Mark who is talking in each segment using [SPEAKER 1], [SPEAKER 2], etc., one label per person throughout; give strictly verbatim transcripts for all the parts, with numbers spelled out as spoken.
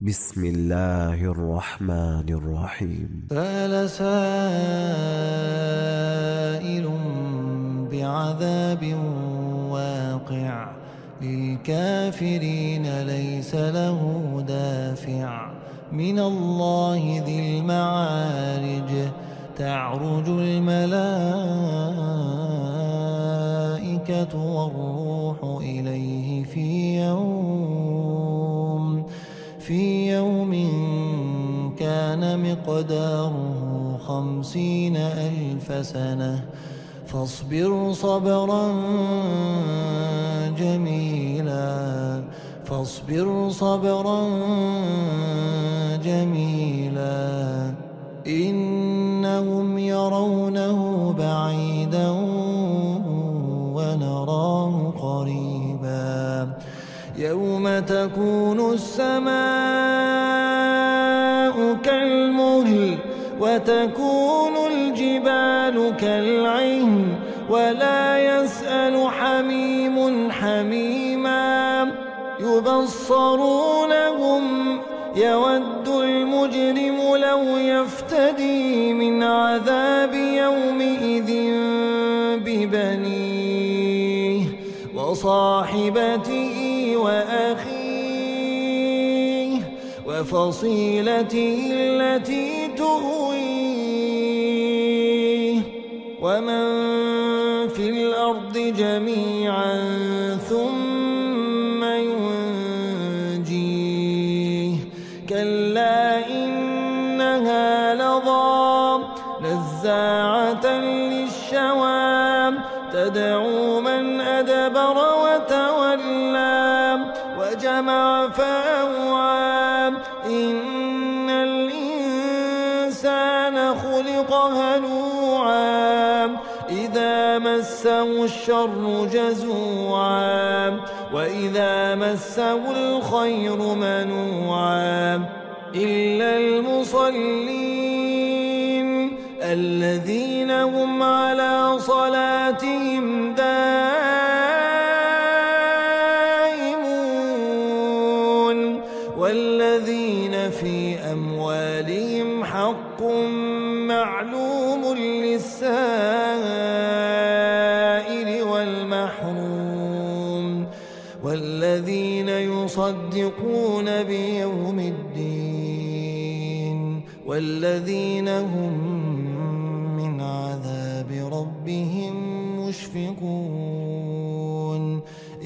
[SPEAKER 1] بسم الله الرحمن الرحيم.
[SPEAKER 2] سأل سائل بعذاب واقع للكافرين ليس له دافع من الله ذي المعارج تعرج الملائكة والروح إليه في يوم في يوم كان مقداره خمسين ألف سنة فاصبر صبرا جميلا فاصبر صبرا جميلا إنهم يرونه بعيدا ونراه قريبا يوم تكون السماء كالمهل وتكون الجبال كالعهن ولا يسأل حميم حميما يبصرونهم يود المجرم لو يفتدي من عذاب يومئذ ببنيه وصاحبته وأخيه وفصيلته التي تؤويه ومن في الأرض جميعا ثم ينجيه كلا إنها لظى نزاعة للشوى تدعو من أدبر وتولى وجمع فأوعى إن الإنسان خلق هلوعا إذا مسه الشر جزوعا وإذا مسه الخير منوعا إلا المصلين الذين هم على صلاتهم دائمون والذين في أموالهم حق معلوم للسائل والمحروم والذين يصدقون بيوم الدين والذين هم من عذاب ربهم مشفقون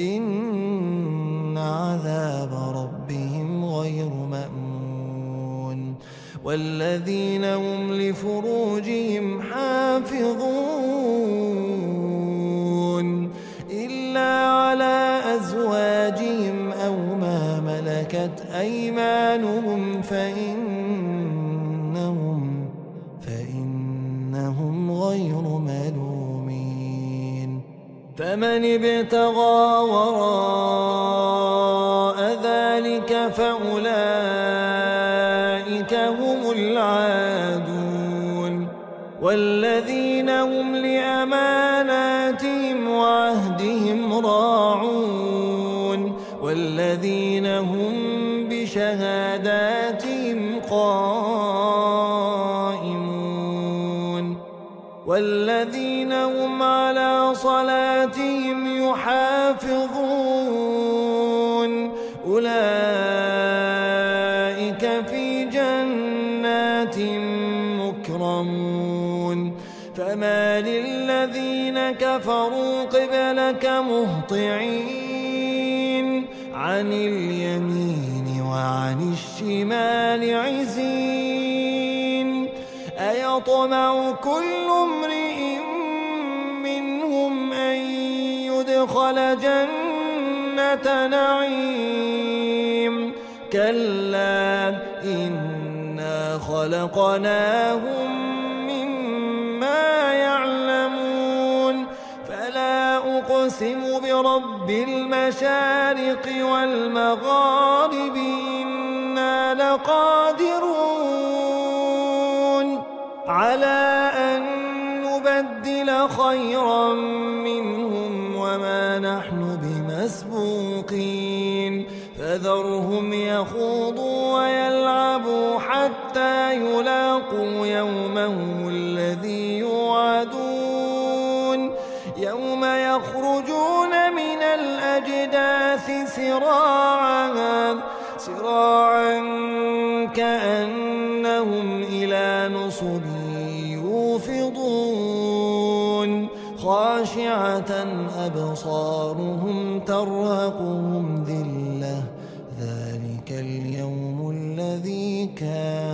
[SPEAKER 2] إن عذاب ربهم غير مأمون والذين هم لفروجهم حافظون إلا على أزواجهم أو ما ملكت أيمانهم فإنهم فإنهم غير ملومين فمن ابتغى وراء ذلك فأولئك هم العادون والذين هم لأماناتهم وعهدهم راعون والذين هم بشهاداتهم قائمون والذين هم على صلاتهم يحافظون أولئك في جنات مكرمون فما للذين كفروا قبلك مهطعين عن اليمين وعن الشمال عزين أيطمع كل امرئ منهم أن يدخل جنة نعيم كلا إنا خلقناهم مما يعلمون فلا أقسم برب المشارق والمغارب إنا لقادرون على أن نبدل خيرا منهم وما نحن بمسبوقين فذرهم يخوضوا ويلعبوا حتى يلاقوا يومهم الذي يوعدون يوم يخرجون من الأجداث سراعا سراعا كأنهم إلى نصب يوفضون خاشعة أبصارهم ترهقهم ذلة ذلك اليوم الذي كان